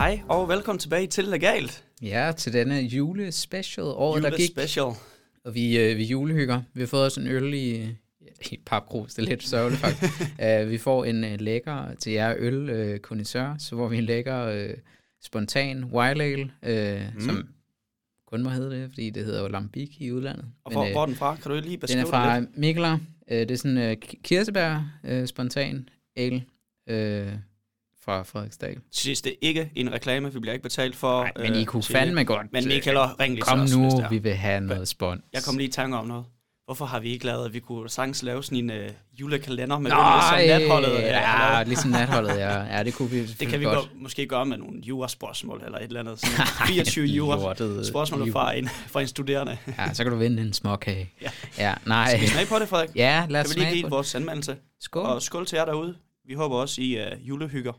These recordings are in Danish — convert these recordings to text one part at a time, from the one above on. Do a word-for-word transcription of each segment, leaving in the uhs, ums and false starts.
Hej og velkommen tilbage til Legalt. Ja, til denne julespecial, året der gik. Julespecial. Og vi, øh, vi julehygger. Vi har fået os en øl i, i et papkrus, det er lidt sørgeligt faktisk. uh, vi får en uh, lækker til jer øl uh, kondisør, så får vi en lækker uh, spontan wild ale, uh, mm. som kun må hedde det, fordi det hedder jo Lambic i udlandet. Og hvor, Men, uh, hvor er den fra? Kan du lige beskrive det? Den er fra lidt? Mikkeler. Uh, det er sådan uh, kirsebær uh, spontan ale. Uh, fra Frederiksdal. Sidst, det er ikke en reklame, vi bliver ikke betalt for. Nej, men I kunne øh, fandme godt. Men I kan heller ringe lidt kom til os. Kom nu, vi vil have noget spons. Jeg kom lige i tanke om noget. Hvorfor har vi ikke lavet, at vi kunne sagtens lave sådan en uh, julekalender med Nej, øl, som natholdet? Ja, ja ligesom natholdet, ja. Ja, det kunne vi Det kan vi godt. Gå, måske gøre med nogle juraspørgsmål, eller et eller andet. Sådan fireogtyve jura-spørgsmål fra en, fra en studerende. Ja, så kan du vinde en småkage. Ja. Ja, nej. Skal vi smage på det, Frederik? Ja, lad os smage på det. Kan vi lige give vores anmeldelse? Skål. Og skål til jer derude. Vi håber også, I uh, julehygger.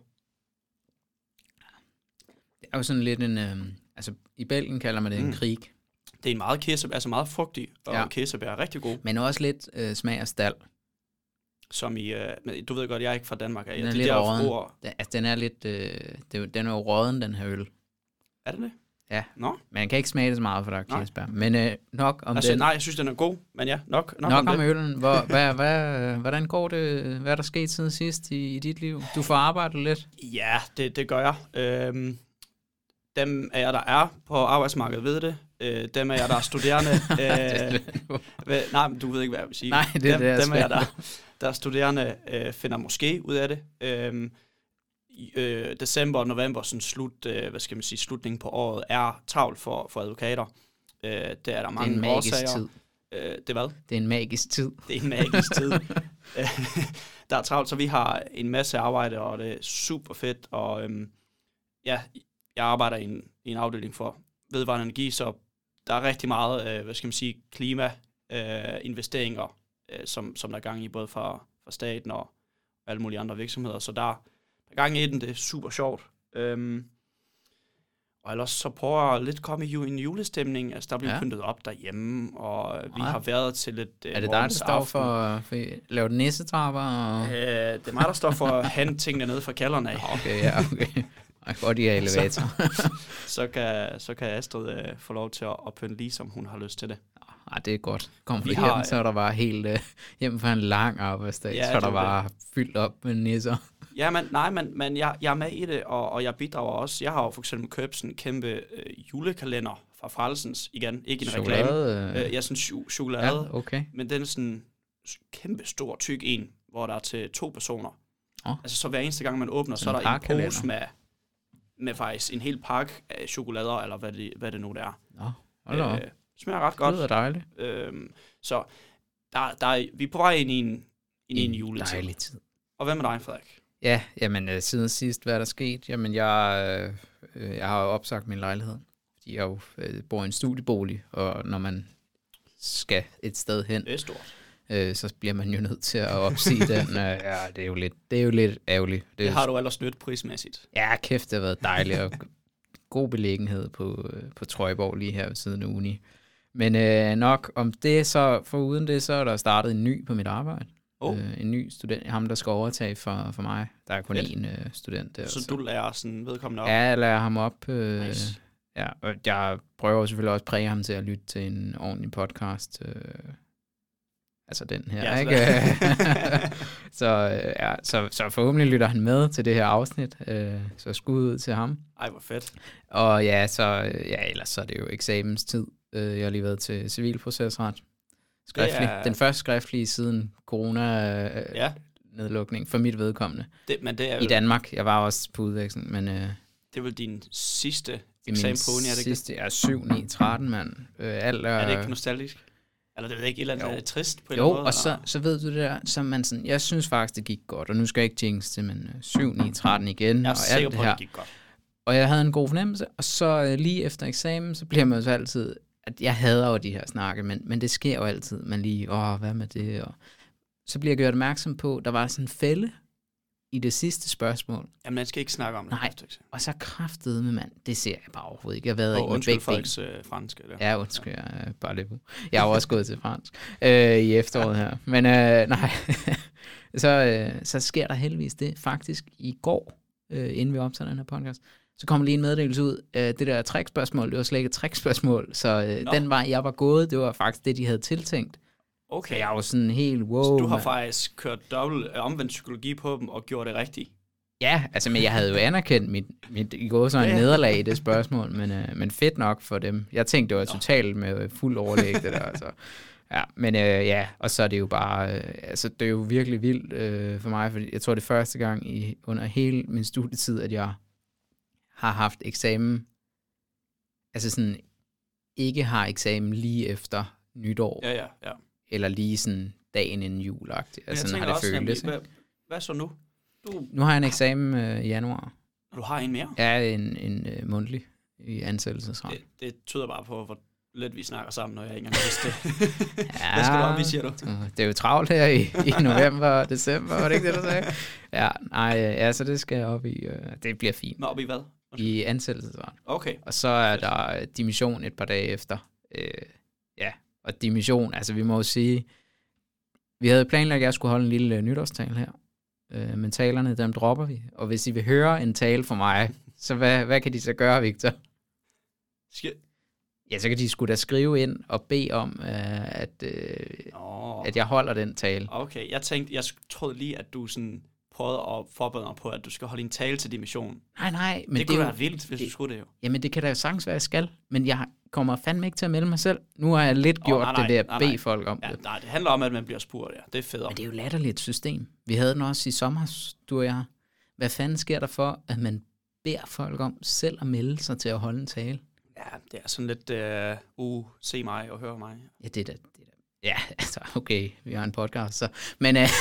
Det er jo sådan lidt en, øh, altså i Belgien kalder man det mm. en krig. Det er en meget kirsebær, altså meget frugtig, og ja. Kirsebær er rigtig god. Men også lidt øh, smag af stald. Som i, øh, men du ved godt, jeg er ikke fra Danmark. Den er, det lidt der råden. Ord. Den, altså den er lidt, øh, det, den er jo råden, den her øl. Er det det? Ja, Nå. Man kan ikke smage det så meget, for der er kirsebær. Men øh, nok om altså, den. Nej, jeg synes, den er god, men ja, nok, nok, nok om, om det. øllen. Hvor, hvad, hvad, hvordan går det? Hvad er der sket siden sidst i, i dit liv? Du får arbejdet lidt? Ja, det, det gør jeg. Øhm, dem af jer, der er på arbejdsmarkedet, ved det. Øh, dem af jer, der er studerende. øh, ved, nej, men du ved ikke, hvad jeg vil sige. Nej, det er dem, det, dem af jer, der, der er studerende, øh, finder måske ud af det. Øh, øh, december og november, sådan slut, øh, hvad skal man sige, slutningen på året, er travlt for, for advokater. Øh, det er der mange det er en årsager. Tid. Øh, det er hvad? Det er en magisk tid. Det er en magisk tid. Der er travlt, så vi har en masse arbejde, og det er super fedt. Og øhm, ja, jeg arbejder i en, i en afdeling for vedvarende energi, så der er rigtig meget, øh, hvad skal man sige, klimainvesteringer, øh, øh, som, som der er gang i, både fra, fra staten og alle mulige andre virksomheder. Så der, der er gang i den, det er super sjovt. Øhm, Og ellers så prøver jeg lidt at komme i en julestemning. Altså, der bliver ja. pyntet op derhjemme, og vi ja. har været til lidt uh, er det dig, der står for, for at lave nissetrapper? Og... Uh, det er mig, der står for at hente tingene ned fra kælderen af. Okay, ja, okay. Jeg godt i elevator. så, så, kan, så kan Astrid uh, få lov til at, at pynte lige, som hun har lyst til det. Ja, det er godt. Kom vi hjem, så er der bare helt uh, hjem for en lang arbejdsdag, ja, så er der bare det. Fyldt op med nisser. Ja, men nej, men, men jeg, jeg er med i det, og, og jeg bidrager også. Jeg har jo for eksempel købt sådan en kæmpe øh, julekalender fra Frelsens, igen, ikke en chokolade, reklame. Øh, ja, sådan ch- chokolade, ja, okay. Men den er sådan kæmpe stor, tyk en, hvor der er til to personer. Oh. Altså, så hver eneste gang, man åbner, så, så er der en pose med, med faktisk en hel pakke af chokolader, eller hvad det, hvad det nu der er. Oh, øh, smager ret godt. Det er dejligt. Øh, så der, der er, vi er på vej ind i en, ind i en juletid. Dejlig tid. Og hvad med dig, Frederik? Ja, jamen øh, siden sidst, hvad er der sket? Jamen, jeg, øh, jeg har jo opsagt min lejlighed, fordi jeg jo øh, bor i en studiebolig, og når man skal et sted hen, det er stort. Øh, så bliver man jo nødt til at opsige den. Øh, ja, det er jo lidt, det er jo lidt ærgerligt. Det, det har du ellers nydt prismæssigt. Ja, kæft, det har været dejligt, og god beliggenhed på, på Trøjborg lige her ved siden af uni. Men øh, nok om det, så foruden det, så er der startet en ny på mit arbejde. Oh. Øh, en ny student, ham der skal overtage for, for mig. Der er kun én øh, student der. Så også. Du lærer sådan vedkommende op? Ja, jeg lærer ham op. Øh, nice. Ja, og jeg prøver selvfølgelig også at præge ham til at lytte til en ordentlig podcast. Øh, altså den her, ja, ikke? så, øh, ja, så, så forhåbentlig lytter han med til det her afsnit. Øh, så skud ud til ham. Ej, hvor fedt. Og ja, så, ja, ellers så er det jo eksamenstid. Øh, jeg har lige været til civilprocesret. Skriftlig. Er... Den første skriftlige siden corona-nedlukning, ja. For mit vedkommende. Det, men det er I Danmark. Jeg var også på udveksling, men... Øh, det er vel din sidste eksamen på uni, er det ikke? Sidste, ja, syv, ni, tretten, mand. Øh, alt er... er det ikke nostalgisk? Eller det ved jeg ikke, et eller andet trist på en jo, eller anden måde? Jo, og så, så ved du det der, så man sådan, jeg synes faktisk, det gik godt, og nu skal jeg ikke jinx til, men syv, ni, tretten igen, jeg er og sikker alt på, det her. Det gik godt. Og jeg havde en god fornemmelse, og så øh, lige efter eksamen, så bliver man jo så altid, at jeg hader jo de her snakke, men, men det sker jo altid, man lige, åh, hvad med det, og så bliver jeg gjort opmærksom på, der var sådan en fælde i det sidste spørgsmål. Jamen, man skal ikke snakke om det. Nej, og så kraftede med mand, det ser jeg bare overhovedet ikke. Jeg ved ikke med begge ben. Folks øh, franske. Der. Ja, undskyld, ja. jeg, bare lidt. Jeg har også gået til fransk øh, i efteråret her. Men øh, nej, så, øh, så sker der heldigvis det faktisk i går, øh, inden vi optager den her podcast. Så kommer lige en meddelelse ud. Øh, det der trækspørgsmål, det var slet ikke et trækspørgsmål, så øh, den vej, jeg var gået, det var faktisk det, de havde tiltænkt. Okay. Så jeg var sådan helt wow. Så du har man. faktisk kørt dobbelt øh, omvendt psykologi på dem og gjort det rigtigt? Ja, altså, men jeg havde jo anerkendt mit, mit i går så en nederlag i det spørgsmål, men, øh, men fedt nok for dem. Jeg tænkte, det var totalt med fuld overlæg, det der, altså. Ja, men øh, ja, og så er det jo bare, øh, altså det er jo virkelig vildt øh, for mig, fordi jeg tror, det er første gang i, under hele min studietid, at jeg har haft eksamen, altså sådan, ikke har eksamen lige efter nytår, Ja, ja, ja. eller lige sådan dagen inden jul-agtigt. Altså sådan har det også, føltes. Hvad, hvad så nu? Du, Nu har jeg en eksamen øh, i januar. du har en mere? Ja, en, en øh, mundtlig i ansættelsesret. Det, det tyder bare på, hvor lidt vi snakker sammen, når jeg ikke engang vidste det. Ja, Hvad skal du op i, siger du? Det er jo travlt her i, i november og december, var det ikke det, du sagde? Ja, nej, ja, så det skal jeg op i. Øh, det bliver fint. Nå, op i hvad? I ansættelsesret. Okay. Og så er der dimission et par dage efter. Øh, ja, og dimission, altså vi må jo sige, vi havde planlagt, at jeg skulle holde en lille øh, nytårstale her. Øh, men talerne, dem dropper vi. Og hvis I vil høre en tale fra mig, så hvad, hvad kan de så gøre, Victor? Skal... Ja, så kan de sgu da skrive ind og bede om, øh, at, øh, oh. at jeg holder den tale. Okay, jeg tænkte, jeg troede lige, at du sådan prøvede at forberede mig på, at du skal holde en tale til dimission. Nej, nej. Men det, det kunne jo, være vildt, hvis det, du skulle det jo. Jamen, det kan da jo sagtens være, jeg skal. Men jeg kommer fandme ikke til at melde mig selv. Nu har jeg lidt oh, gjort nej, nej, det ved at bede folk om ja, det. Nej, det handler om, at man bliver spurgt, ja. Det er fedt. Men det er jo latterligt system. Vi havde den også i sommer, du og jeg. Hvad fanden sker der for, at man beder folk om selv at melde sig til at holde en tale? Ja, det er sådan lidt, uh, uh se mig og høre mig. Ja, det er da, det er da. Ja, altså, okay, vi har en podcast, så. Men, uh,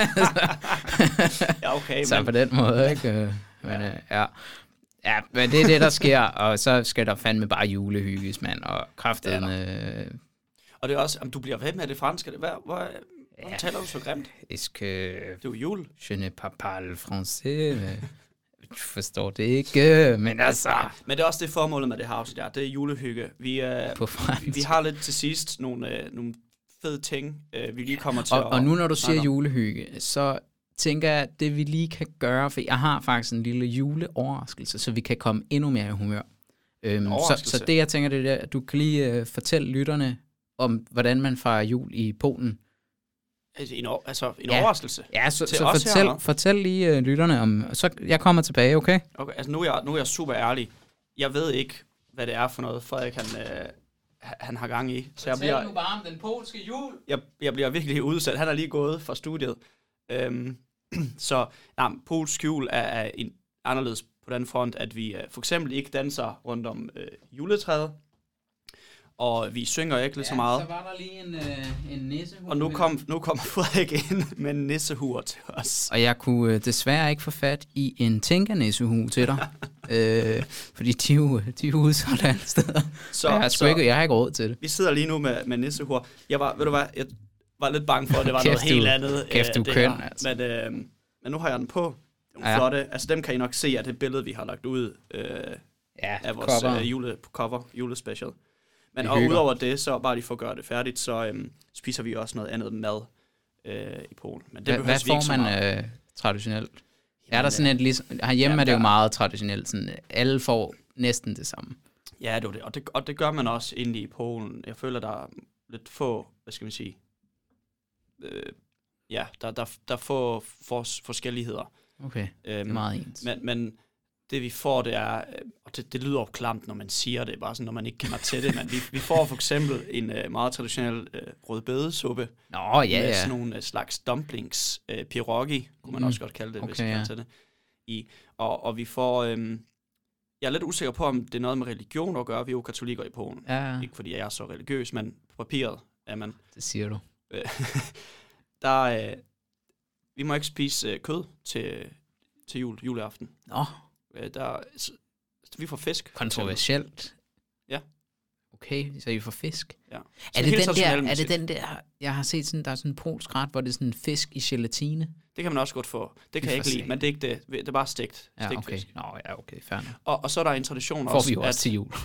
ja, okay. så men... på den måde, ikke? Men, uh, ja. Ja, men det er det, der sker, og så skal der fandme bare julehygges, mand, og kraftedeme. Øh... Og det er også, om du bliver ved med det franske, hvad, hvor, hvor ja. taler du så grimt? Eske... Det er jo jul. Je ne pas parle français, du forstår det ikke, men altså... Ja, men det er også det formålet med det her afsnit der, det er julehygge. Vi, øh, vi, vi har lidt til sidst nogle, øh, nogle fede ting, øh, vi lige kommer til og, at... Og nu når du siger julehygge, så tænker jeg, at det vi lige kan gøre, for jeg har faktisk en lille juleoverraskelse, så vi kan komme endnu mere i humør. Øhm, så, så det jeg tænker, det er, at du kan lige øh, fortælle lytterne om, hvordan man fejrer jul i Polen. En, altså en ja. overraskelse? Ja, så, så fortæl, fortæl lige øh, lytterne om, så jeg kommer tilbage, okay? Okay, altså nu er, jeg, nu er jeg super ærlig. Jeg ved ikke, hvad det er for noget, Frederik han, øh, han har gang i. Så fortæl jeg bliver, nu bare om den polske jul. Jeg, jeg bliver virkelig udsat. Han er lige gået fra studiet. Øhm, så nej, polsk jul er, er en, anderledes på den front, at vi øh, for eksempel ikke danser rundt om øh, juletræet. Og vi synger ikke ja, så meget. så var der lige en, øh, en nissehue. Og nu kom, nu kom Frederik ind med en nissehue til os. Og jeg kunne øh, desværre ikke få fat i en tænkernissehue til dig. øh, fordi de er jo, de er jo udsolgt alle steder. Så, jeg, har så, ikke, jeg har ikke råd til det. Vi sidder lige nu med, med nissehuer. Jeg var, ved du hvad, jeg var lidt bange for, at det var noget helt andet. Kæft, du køn, altså. Men, øh, men nu har jeg den på. Det er ja. flotte. Altså dem kan I nok se af det billede, vi har lagt ud øh, ja, af vores øh, jule, cover, julespecial. Men og udover det, så bare lige for at gøre det færdigt, så øhm, spiser vi også noget andet mad øh, i Polen. Men det Hva, hvad får man øh, traditionelt? Jamen, er der sådan et ligesom... Herhjemme ja, er det jo meget traditionelt. Sådan, alle får næsten det samme. Ja, det er det. Og det, og det gør man også inde i Polen. Jeg føler, der er lidt få, hvad skal man sige... Øh, ja, der, der, der er få for, forskelligheder. Okay, øhm, det er meget ens. Men... men det vi får, det er, og det, det lyder jo klamt, når man siger det, bare sådan, når man ikke kender til det, men vi, vi får for eksempel en uh, meget traditionel uh, rødbedesuppe. Nå, ja, ja. Med sådan nogle uh, slags dumplings, uh, pierogi, kunne man mm. også godt kalde det, okay, hvis man ja. til det. I, og, og vi får, um, jeg er lidt usikker på, om det er noget med religion at gøre, vi er jo katolikker i Polen. Ja. Ikke fordi jeg er så religiøs, men på papiret er man. Det siger du. der, uh, vi må ikke spise uh, kød til, til jul, juleaften. Nå. Der, vi får fisk. Kontroversielt. Ja. Okay, så I får fisk. Ja. Er det, den der, er det den der, jeg har set sådan, der er sådan en polsk ret, hvor det er sådan fisk i gelatine? Det kan man også godt få. Det kan jeg ikke lide, men det er ikke det. Det er bare stegt. Ja, stegt okay. Fisk. Nå, ja, okay, fair nok. Og, og så er der en tradition får også. Får vi jo også at, til jul.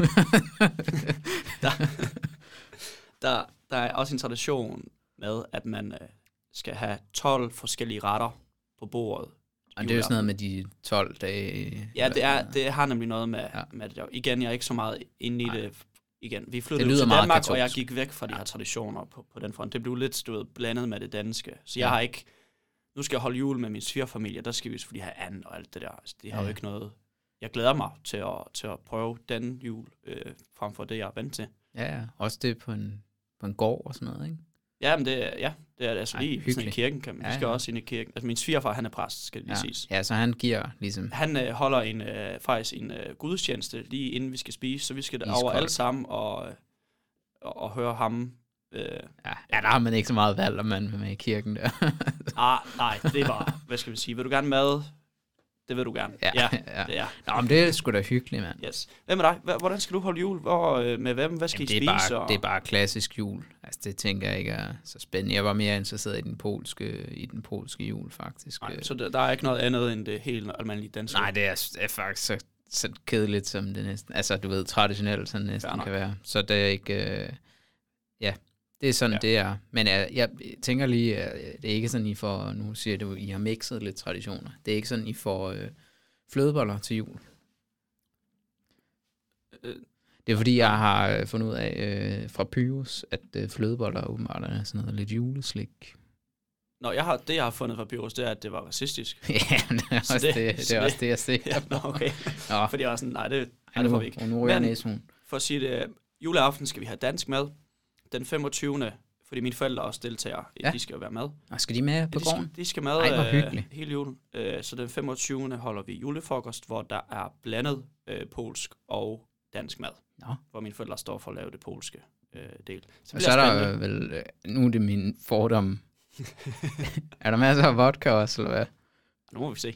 der, der, der er også en tradition med, at man øh, skal have tolv forskellige retter på bordet Og det er jo sådan noget med de tolv dage. Ja, det, er, det har nemlig noget med, ja. med det. Igen, jeg er ikke så meget inde i Nej. det. Igen, vi flyttede til Danmark, katolsk. Og jeg gik væk fra de her traditioner på, på den front. Det blev lidt stået blandet med det danske. Så jeg ja. har ikke... Nu skal jeg holde jul med min svigerfamilie, der skal vi selvfølgelig have anden og alt det der. Altså, det har ja. jo ikke noget... Jeg glæder mig til at, til at prøve den jul, øh, frem for det, jeg er vant til. Ja, ja. Også det på en, på en gård og sådan noget, ikke? Ja, men det, ja, det er altså Ej, lige sådan i kirken. Kan man. Ja, vi skal ja. også ind i kirken. Altså min svigerfar, han er præst, skal det lige ja. siges. Ja, så han giver ligesom... Han øh, holder en, øh, faktisk en øh, gudstjeneste lige inden vi skal spise, så vi skal over alle sammen og, øh, og, og høre ham. Øh, ja, ja, der har man ikke så meget valg, om man vil med i kirken der. ah, nej, det var, hvad skal vi sige, vil du gerne mad? Det vil du gerne. Ja, ja. ja. Det er. Nå, men det er sgu da hyggeligt, mand. Yes. Hvem er dig? Hvordan skal du holde jul? Hvor, øh, med hvem? Hvad skal Jamen, I spise? Det er, bare, og... det er bare klassisk jul. Altså, det tænker jeg ikke er så spændende. Jeg var mere interesseret i den polske, i den polske jul, faktisk. Nej, så der, der er ikke noget andet end det helt almindelige danske? Nej, det er, det er faktisk så, så kedeligt, som det næsten... Altså, du ved, traditionelt, som det næsten kan være. Så det er ikke... Øh, ja, det er sådan, ja. det er. Men jeg, jeg tænker lige, det er ikke sådan, I får... Nu siger du, I har mixet lidt traditioner. Det er ikke sådan, I får... Øh, flødeboller til jul. Det er fordi, jeg har fundet ud af øh, fra Pyrus, at øh, flødeboller åbenbart er sådan noget lidt juleslik. Nå, jeg har, det jeg har fundet fra Pyrus, det er, at det var racistisk. ja, det er også det, det, det, er også det jeg ser. Ja, nå, okay. Nå. Fordi jeg var sådan, nej, det, nej, det får vi ikke. Og nu ryger næsen. For at sige det, juleaften skal vi have dansk mad. Den femogtyvende fordi mine forældre også deltager, ja. de skal jo være med. Og skal de med på ja, gården? De skal, de skal med Ej, øh, hele julen. Øh, så den femogtyvende holder vi julefrokost, hvor der er blandet øh, polsk og dansk mad. Ja. Hvor mine forældre står for at lave det polske øh, del. Så, og så er der øh, vel, øh, nu er det min fordom. Er der masser af vodka også, eller hvad? Nu må vi se.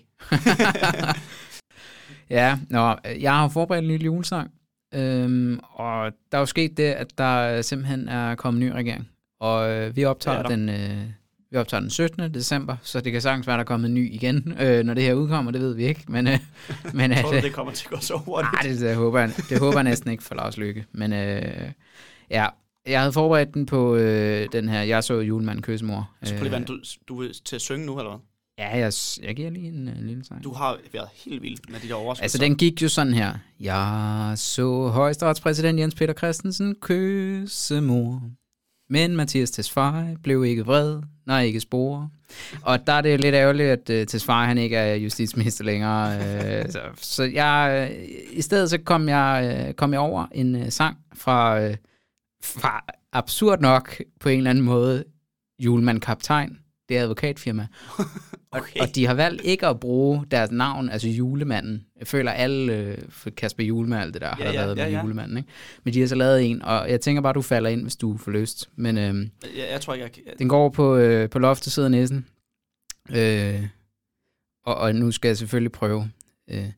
ja, nå, jeg har forberedt en lille julesang. Øhm, og der er jo sket det, at der simpelthen er kommet en ny regering. Og øh, vi optager den øh, vi optager den syttende december, så det kan sagtens være, der er kommet en ny igen, øh, når det her udkommer, det ved vi ikke. Men, øh, men jeg tror du, det kommer til at gå så hurtigt? Nej, det, det, håber jeg, det håber jeg næsten ikke for Lars Løkke. Men øh, ja, jeg havde forberedt den på øh, den her, jeg så Julemanden kysse mor. Så på det, du, du vil til at synge nu, eller hvad? Ja, jeg, jeg giver lige en, en lille sang. Du har været helt vild med de der overraskelser. Altså, den gik jo sådan her. Jeg så højesteretspræsident Jens Peter Christensen kysse mor. Men Mathias Tesfaye blev ikke vred, nej, ikke spore. Og der er det lidt ærgerligt, at uh, Tesfaye han ikke er justitsminister længere. Uh, så, så jeg, uh, i stedet så kom jeg, uh, kom jeg over en uh, sang fra, uh, fra absurd nok på en eller anden måde Julemand Kaptajn. Det er advokatfirma. Okay. Og, og de har valgt ikke at bruge deres navn, altså Julemanden. Jeg føler alle, øh, for Kasper Julemand, alt det der, ja, har ja, lavet ja, med ja. Julemanden. Ikke? Men de har så lavet en, og jeg tænker bare, du falder ind, hvis du får lyst. Men øh, jeg, jeg tror ikke, jeg... den går på, øh, på loftet sidder næsen. Øh, og, og nu skal jeg selvfølgelig prøve. Øh,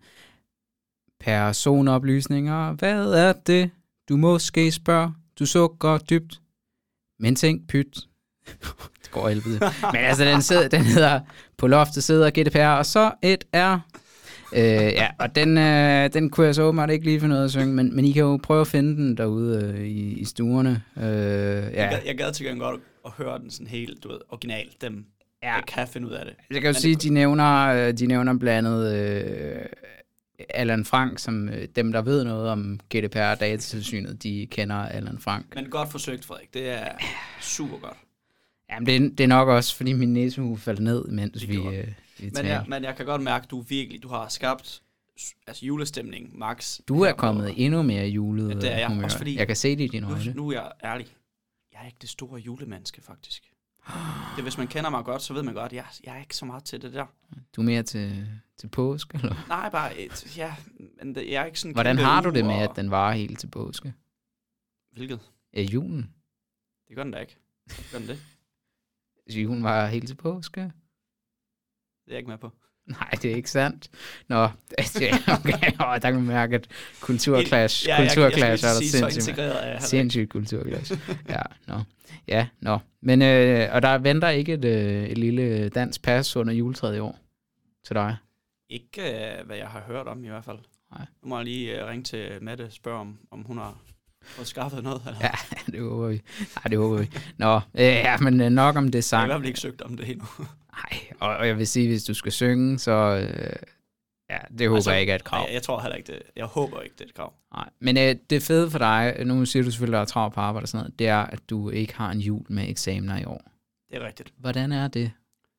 personoplysninger, hvad er det? Du måske spørger, du sukker dybt. Men tænk pyt. Det går helvede. Men altså, den, sidder, den hedder På loftet sidder G D P R, og så et R. Øh, ja, og den, øh, den kunne jeg så åbenbart ikke lige finde noget at synge, men, men I kan jo prøve at finde den derude øh, i, i stuerne. Øh, ja. Jeg, jeg gad til gengæld godt at høre den sådan helt, du ved, original. Dem, ja. Jeg kan finde ud af det. Jeg kan jo sige, at de nævner, de nævner blandt andet øh, Allan Frank, som øh, dem, der ved noget om G D P R og Datatilsynet, de kender Allan Frank. Men godt forsøgt, Frederik. Det er super godt. Jamen, det er, det er nok også, fordi min næsehue faldt ned, mens vi, øh, vi men, jeg, men jeg kan godt mærke, at du virkelig, du har skabt altså julestemning, max. Du er kommet og, endnu mere julet. Ja, det er jeg. Humør. Også fordi, jeg kan se det i dine øjne. Nu, nu er jeg ærlig. Jeg er ikke det store julemenneske, faktisk. Det, hvis man kender mig godt, så ved man godt, at jeg, jeg er ikke så meget til det der. Du er mere til, til påske, eller? Nej, bare, et, ja, men det, jeg er ikke sådan... Hvordan har du det med, og... at den varer helt til påske? Hvilket? Ja, julen. Det gør den da ikke. Gør den det? Julen var helt til påske. Det er jeg ikke med på. Nej, det er ikke sandt. Nå, okay, oh, der kan man mærke, at kulturklash, ja, kulturklash er der sindssygt, sindssygt kulturklash. Ja, nå. Ja, nå. Men, øh, og der venter ikke et, øh, et lille dansk pas under juletræet i år til dig? Ikke, øh, hvad jeg har hørt om i hvert fald. Nej. Nu må jeg lige øh, ringe til Mette og spørge, om, om hun har fået skaffet noget. Eller? Ja, det håber vi. Nej, det håber vi. Nå, øh, ja, men nok om det sang. Jeg har i hvert fald ikke søgt om det endnu. Nej, og, og jeg vil sige, hvis du skal synge, så... Øh, ja, det håber altså, jeg ikke er et krav. Jeg, jeg tror heller ikke det. Jeg håber ikke, det er et krav. Nej, men øh, det fede for dig, nu siger du selvfølgelig, at der er travlt på arbejde og sådan noget, det er, at du ikke har en jul med eksamener i år. Det er rigtigt. Hvordan er det?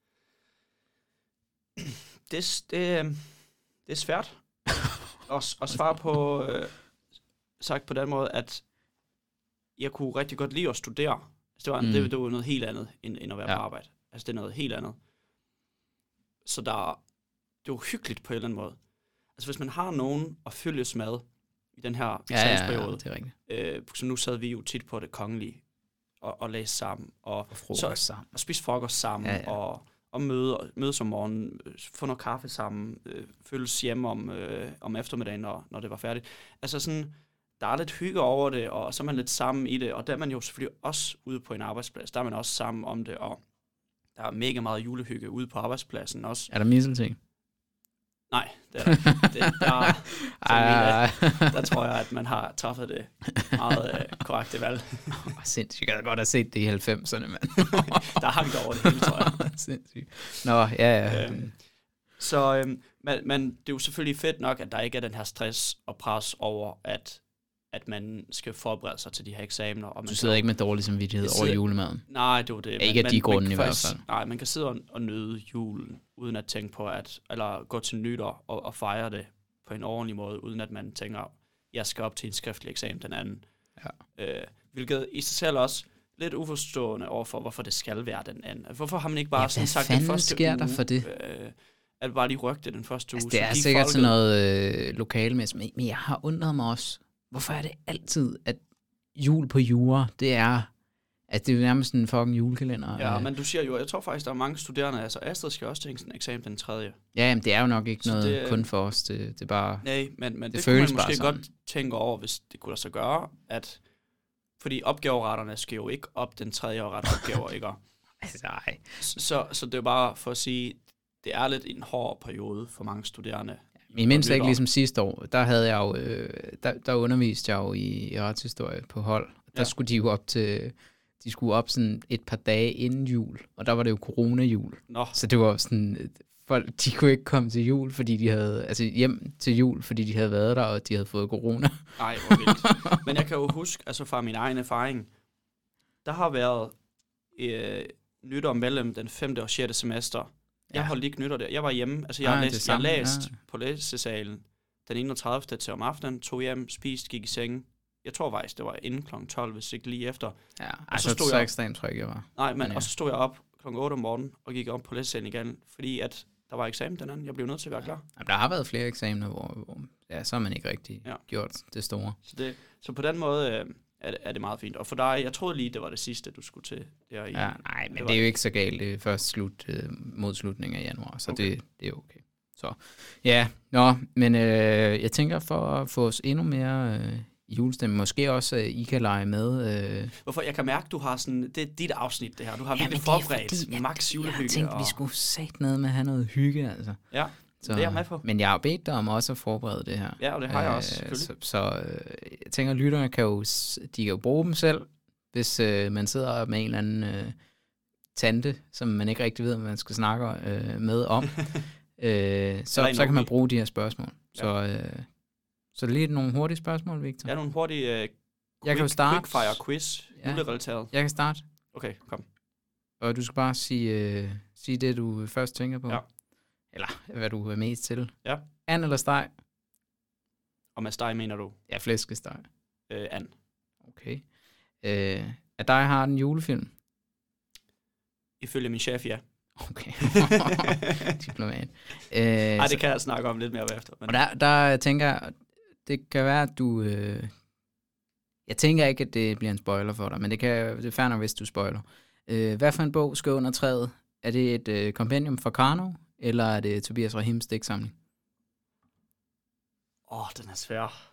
Det, det, det er svært at, at svare på, øh, sagt på den måde, at jeg kunne rigtig godt lide at studere. Det var, mm. det, det var noget helt andet, end, end at være ja. på arbejde. Altså, det er noget helt andet. Så der, det var hyggeligt på en eller anden måde. Altså, hvis man har nogen at følges med i den her eksamensperiode. Ja, ja, ja, det er rigtigt. Øh, så nu sad vi jo tit på Det Kongelige og, og læste sammen. Og, og frokost sammen. Og spiste frokost sammen. Ja, ja. Og, og møde, mødes om morgenen, få noget kaffe sammen, øh, følges hjemme om, øh, om eftermiddagen, når, når det var færdigt. Altså sådan, der er lidt hygge over det, og så er man lidt sammen i det, og der er man jo selvfølgelig også ude på en arbejdsplads. Der er man også sammen om det, og der er mega meget julehygge ude på arbejdspladsen også. Er der misselting? Nej, det er der ikke. Det, der, der, der tror jeg, at man har træffet det meget øh, korrekte valg. Oh, sindssygt. Jeg havde godt have set det i halvfemserne, mand. Der er hangt over det hele, tror jeg. Sindssygt. Nå, ja, ja. Øhm, så øhm, men, men det er jo selvfølgelig fedt nok, at der ikke er den her stress og pres over, at at man skal forberede sig til de her eksamener. Og man du sidder kan, ikke med dårlig samvittighed over julemaden? Nej, det var det. Ja, ikke af de grunde i hvert fald. Nej, man kan sidde og, og nyde julen, uden at tænke på, at, eller gå til nytår og, og fejre det på en ordentlig måde, uden at man tænker, jeg skal op til en skriftlig eksamen den anden. Ja. Øh, hvilket i sig selv også lidt uforstående overfor, hvorfor det skal være den anden. Hvorfor har man ikke bare ja, sådan sagt den første sker uge? Der for det? Øh, at bare lige rygte den første altså, uge. Det er sikkert folket sådan noget øh, lokalmæssigt, men jeg har undret mig også, hvorfor er det altid, at jul på jura, det er, at det er nærmest en fucking julekalender? Ja, men du siger jo, jeg tror faktisk, der er mange studerende, altså Astrid skal også til en eksamen den tredje. Ja, men det er jo nok ikke så noget det, kun for os, det, det er bare... Nej, men, men det, det føles kunne man måske bare godt tænke over, hvis det kunne lade sig gøre, at fordi opgaveretterne skal jo ikke op den tredje ret opgaver, ikke? Altså, nej. Så, så det er jo bare for at sige, det er lidt en hård periode for mange studerende. Men mindst ikke ligesom sidste år, der havde jeg jo, øh, der, der underviste jeg jo i, i retshistorie på hold. Der ja. skulle de jo op til, de skulle op sådan et par dage inden jul, og der var det jo corona-jul. Nå. Så det var sådan, folk, de kunne ikke komme til jul, fordi de havde, altså hjem til jul, fordi de havde været der, og de havde fået corona. Nej, hvor vildt. Men jeg kan jo huske, altså fra min egen erfaring, der har været øh, nytår mellem den femte og sjette semester. Jeg holdt ikke nytår der. Jeg var hjemme. Altså, jeg, ah, læst, jeg læste ja. på læsesalen den enogtredivte til om aftenen, tog hjem, spiste, gik i sengen. Jeg tror faktisk, det var inden klokken tolv, hvis ikke lige efter. Ja, og altså, så stod så jeg ekstremt tror jeg, jeg var. Nej, men, ja. Og så stod jeg op klokken otte om morgenen og gik op på læsesalen igen, fordi at der var eksamen den anden. Jeg blev nødt til at være klar. Ja, der har været flere eksamener, hvor, hvor ja, så har man ikke rigtig ja. gjort det store. Så, det, så på den måde øh, er, det, er det meget fint. Og for dig, jeg troede lige, det var det sidste, du skulle til. Der i, ja, nej, men det, det er jo ikke så galt. Det er først slut øh, mod slutningen af januar, så okay. det, det er okay. Så ja, nå, men øh, jeg tænker for at få os endnu mere øh, julestemme, måske også øh, I kan lege med. Øh. Hvorfor? Jeg kan mærke, du har sådan, det er dit afsnit det her. Du har ja, virkelig forberedt max julehygge. Jeg tænkte, og... vi skulle sætte noget med at have noget hygge, altså. Ja, så, det er jeg med på. Men jeg har bedt dig om også at forberede det her. Ja, og det har jeg også, øh, Så, så øh, jeg tænker, at lytterne kan jo, de kan jo bruge dem selv, hvis øh, man sidder med en eller anden øh, tante, som man ikke rigtig ved, hvad man skal snakke øh, med om. Øh, så, så kan man bruge de her spørgsmål. Ja. Så, øh, så lige nogle hurtige spørgsmål, Victor. Ja, nogle hurtige uh, quick, jeg kan jo starte. quickfire quiz, ja. Julerelateret. Jeg kan starte. Okay, kom. Og du skal bare sige, øh, sige det, du først tænker på. Ja. Eller hvad du er mest til. Ja. And eller steg? Og med steg mener du? Ja, flæskesteg. Øh, and. Okay. Øh, er dig har den julefilm? Ifølge min chef, ja. Okay. Diplomat. Øh, Ej, det kan jeg snakke om lidt mere efter. Men... Og der, der tænker jeg, det kan være, at du... Øh, jeg tænker ikke, at det bliver en spoiler for dig, men det, kan, det er fair nok, hvis du spoiler. Øh, hvad for en bog skal under træet? Er det et øh, kompendium fra Karno, eller er det Tobias Rahims digtsamling? Åh, oh, den er svær.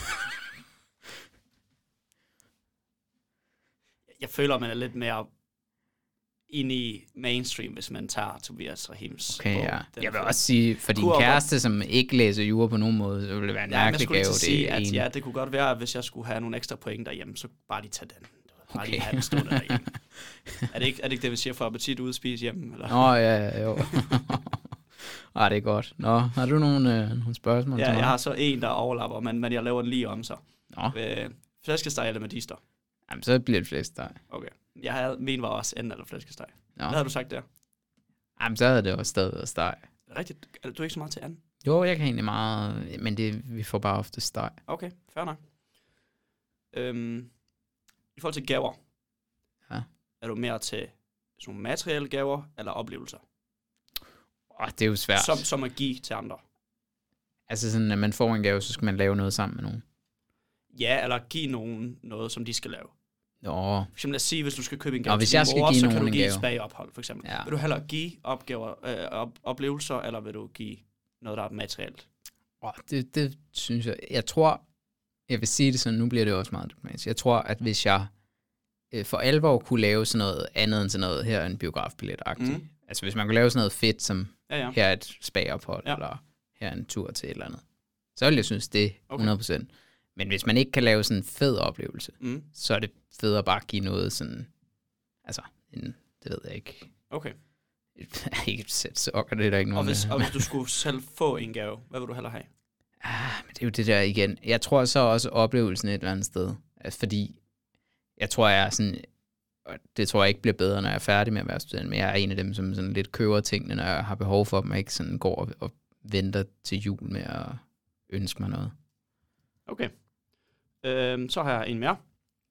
Jeg føler, man er lidt mere ind i mainstream, hvis man tager Tobias Rahims okay, bog. Ja. Jeg vil også sige, for din kæreste, som ikke læser jura på nogen måde, så ville det være en ja, mærkelig gave. Det sige, at, ja, det kunne godt være, at hvis jeg skulle have nogle ekstra point derhjemme, så bare lige tage den. Bare lige have den stående derhjemme. Er det, ikke, er det ikke det, vi siger for appetit ude at spise hjemme? Eller? Nå, ja, jo. Ej, det er godt. Nå, har du nogle, øh, nogle spørgsmål Ja, til mig? jeg har så en, der overlapper, men, men jeg laver den lige om så. Nå. Øh, flæskesteg eller medister? Jamen, så bliver det flæskesteg. Okay. Jeg havde men var også anden eller flæskesteg. Nå. Hvad havde du sagt der? Jamen, så havde det også stadig været steg. Rigtigt. Er du ikke så meget til anden? Jo, jeg kan egentlig meget, men det, vi får bare ofte steg. Okay, fair nok. Øhm, I forhold til gaver, Ja. er du mere til sådan nogle materielle gaver eller oplevelser? Åh, det er jo svært. Som, som at give til andre. Altså sådan, at man får en gave, så skal man lave noget sammen med nogen. Ja, eller give nogen noget, som de skal lave. Nå, For eksempel lad os sige, hvis du skal købe en gave Nå, hvis til jeg din skal mor, give så nogen kan du en give et gave. spageophold, for eksempel. Ja. Vil du hellere give opgaver, øh, op, oplevelser, eller vil du give noget, der er materielt? åh, det, det synes jeg. Jeg tror, jeg vil sige det sådan, nu bliver det også meget diplomatisk. Jeg tror, at hvis jeg øh, for alvor kunne lave sådan noget andet end sådan noget, her er en biografbillet-agtigt. Mm. Altså hvis man kunne lave sådan noget fedt, som Ja, ja. her er et spageophold, Ja. eller her er en tur til et eller andet, så vil jeg synes, det er Okay. hundrede procent. Men hvis man ikke kan lave sådan en fed oplevelse, Mm. så er det federe bare at give noget sådan, altså, en, det ved jeg ikke, Okay. et, ikke et sæt sokker, det er der ikke Og nogen, hvis, der- og hvis du skulle selv få en gave, hvad vil du hellere have? Ah, men det er jo det der igen. Jeg tror så også oplevelsen et eller andet sted. Altså, fordi jeg tror, jeg er sådan... og det tror jeg ikke bliver bedre, når jeg er færdig med at være student, men jeg er en af dem, som sådan lidt køber tingene, når jeg har behov for dem, og ikke sådan går og, og venter til jul med at ønske mig noget. Okay. Øhm, så har jeg en mere.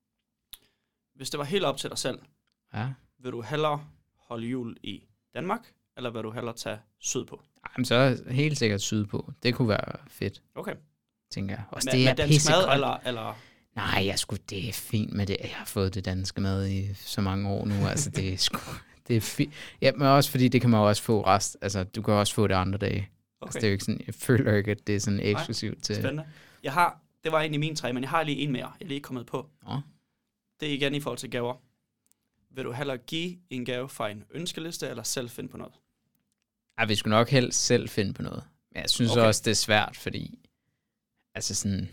Hvis det var helt op til dig selv, Ja. vil du hellere holde jul i Danmark, eller vil du hellere tage sydpå? Jamen, så helt sikkert sydpå. Det kunne være fedt, Okay. tænker jeg. Også Med, det med er dansk mad, pissekoldt. eller, eller... Nej, jeg skulle, det er fint med det. Jeg har fået det danske mad i så mange år nu. Altså, det er sgu, det er fint. Ja, men også fordi, det kan man jo også få rest. Altså, du kan også få det andre dage. Okay. Altså, det er jo ikke sådan, jeg føler ikke, at det er sådan eksklusivt til... Spændende. Jeg har, det var egentlig min tre, men jeg har lige en mere. Jeg er lige kommet på. Nå. Det er igen i forhold til gaver. Vil du hellere give en gave fra en ønskeliste, eller selv finde på noget? Ej, vi skulle nok helst selv finde på noget. Men jeg synes Okay. okay. også, det er svært, fordi... Altså sådan...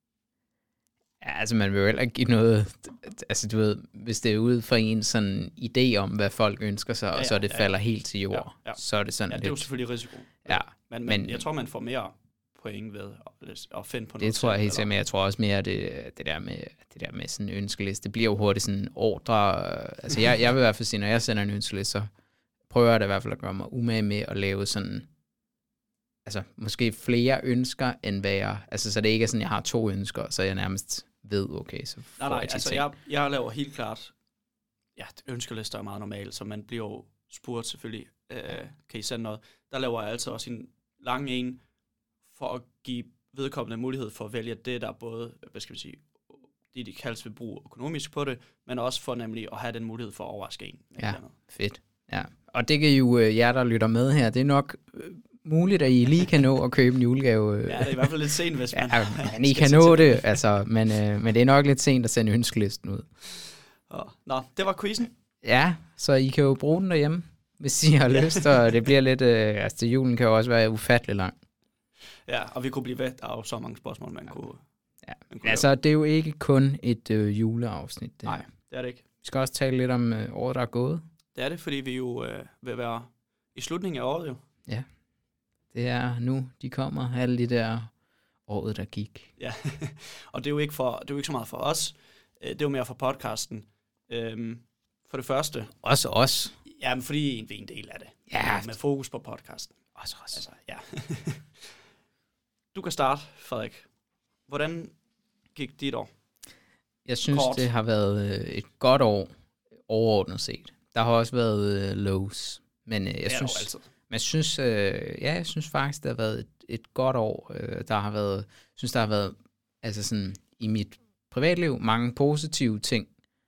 Ja, altså man vil jo heller ikke give noget... Altså du ved, hvis det er ude fra en sådan idé om, hvad folk ønsker sig, ja, ja, og så det ja, falder ja. helt til jord, Ja, ja. så er det sådan Ja, det lidt... er jo selvfølgelig risiko. Ja, Men, men, men- jeg tror, man får mere point ved at, at finde på noget. det tror jeg selv, helt sikkert, men jeg tror også mere, det, det der med det der med sådan en ønskeliste, det bliver jo hurtigt sådan ordre... Altså jeg, jeg vil i hvert fald sige, når jeg sender en ønskeliste, så prøver jeg da i hvert fald at gøre mig umage med at lave sådan... Altså måske flere ønsker, end hvad jeg... Altså så det ikke er sådan, jeg har to ønsker, så jeg nærmest ved, okay, så får Nej, nej, jeg de altså ting. jeg, jeg laver helt klart, ja, ønskelister er meget normalt, så man bliver jo spurgt selvfølgelig, øh, kan I sende noget? Der laver jeg altid også en lang en, for at give vedkommende mulighed for at vælge det, der både, hvad skal vi sige, det de kaldes vil bruge økonomisk på det, men også for nemlig at have den mulighed for at overraske en. med et Ja. eller andet. Fedt. Ja. Og det kan jo øh, jer, der lytter med her, det er nok øh, muligt, at I lige kan nå at købe en julegave. Øh. Ja, det er i hvert fald lidt sent, hvis man... Ja, men I skal kan se nå til det, altså, men, øh, men det er nok lidt sent at sende ønskelisten ud. Og, nå, det var quizzen. Ja, så I kan jo bruge den derhjemme, hvis I har lyst, og det bliver lidt, øh, altså julen kan jo også være ufattelig lang. Ja, og vi kunne blive ved. Der er jo så mange spørgsmål, man kunne... Ja. man kunne Altså, det er jo ikke kun et øh, juleafsnit. Det. lave. Nej, det er det ikke. Vi skal også tale lidt om øh, året, der er gået. Det er det, fordi vi jo øh, vil være i slutningen af året jo. Det er nu, de kommer, alle de der året, der gik. Ja, og det er jo ikke, for, det er jo ikke så meget for os. Øh, Det er jo mere for podcasten. Øhm, For det første, Også os. ja, men fordi en, vi er en del af det. Ja. Med fokus på podcasten. Også os. Altså, ja. Du kan starte, Frederik. Hvordan gik dit år? Jeg synes, Kort. det har været øh, et godt år, overordnet set. Der har også været øh, lows, men øh, jeg det er synes, jo altid. men jeg synes, øh, ja, jeg synes faktisk, det har været et, et godt år. Øh, der har været, synes, der har været, altså sådan, i mit privatliv, mange positive ting.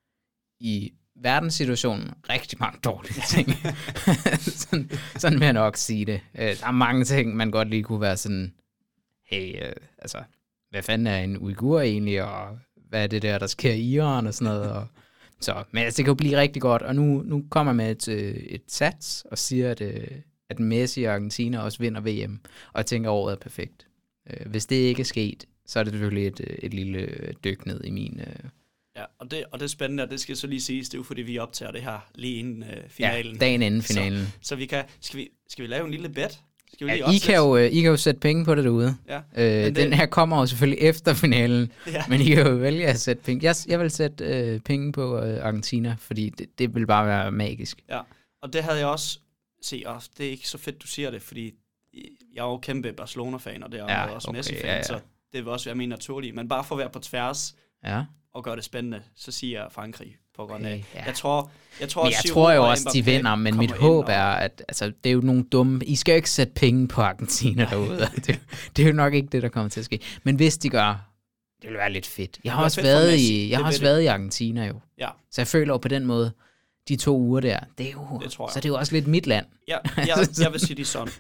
I verdenssituationen, rigtig mange dårlige ting. sådan, sådan vil jeg nok sige det. Øh, der er mange ting, man godt lige kunne være sådan, hey, øh, altså, hvad fanden er en uigur egentlig, og hvad er det der, der sker i Iran og sådan noget. Og, så, men altså, det kan jo blive rigtig godt, og nu, nu kommer jeg med et, øh, et sats og siger, at, øh, at Messi og Argentina også vinder V M, og jeg tænker, at året er perfekt. Øh, hvis det ikke er sket, så er det selvfølgelig et, et lille dyk ned i min, øh, Ja, og det, og det er spændende, og det skal så lige siges, det er jo fordi, vi optager det her lige inden øh, finalen. Ja, dagen inden finalen. Så, så vi kan, skal vi, skal vi lave en lille bet? Skal vi Ja, lige I, kan jo, I kan jo sætte penge på det derude. Ja, øh, det, den her kommer jo selvfølgelig efter finalen, ja. men I kan jo vælge at sætte penge. Jeg, jeg vil sætte øh, penge på øh, Argentina, fordi det, det vil bare være magisk. Ja, og det havde jeg også set, og det er ikke så fedt, du siger det, fordi jeg er jo kæmpe Barcelona-fan, og det er ja, også okay, Messi-fan, ja, ja. så det vil også være min naturlige. Men bare for at være på tværs ja. og gøre det spændende, så siger jeg Frankrig på grund af. Okay, ja. Jeg tror, jeg tror, men jeg tror jo også, de vinder, men mit håb er, at altså, det er jo nogle dumme... I skal jo ikke sætte penge på Argentina derude. det, det er jo nok ikke det, der kommer til at ske. Men hvis de gør, det vil være lidt fedt. Jeg har også været i, jeg har også været i Argentina jo. Ja. Så jeg føler jo på den måde, de to uger der, det er jo, det tror jeg. så det er jo også lidt mit land. Ja, jeg, jeg vil sige det sådan.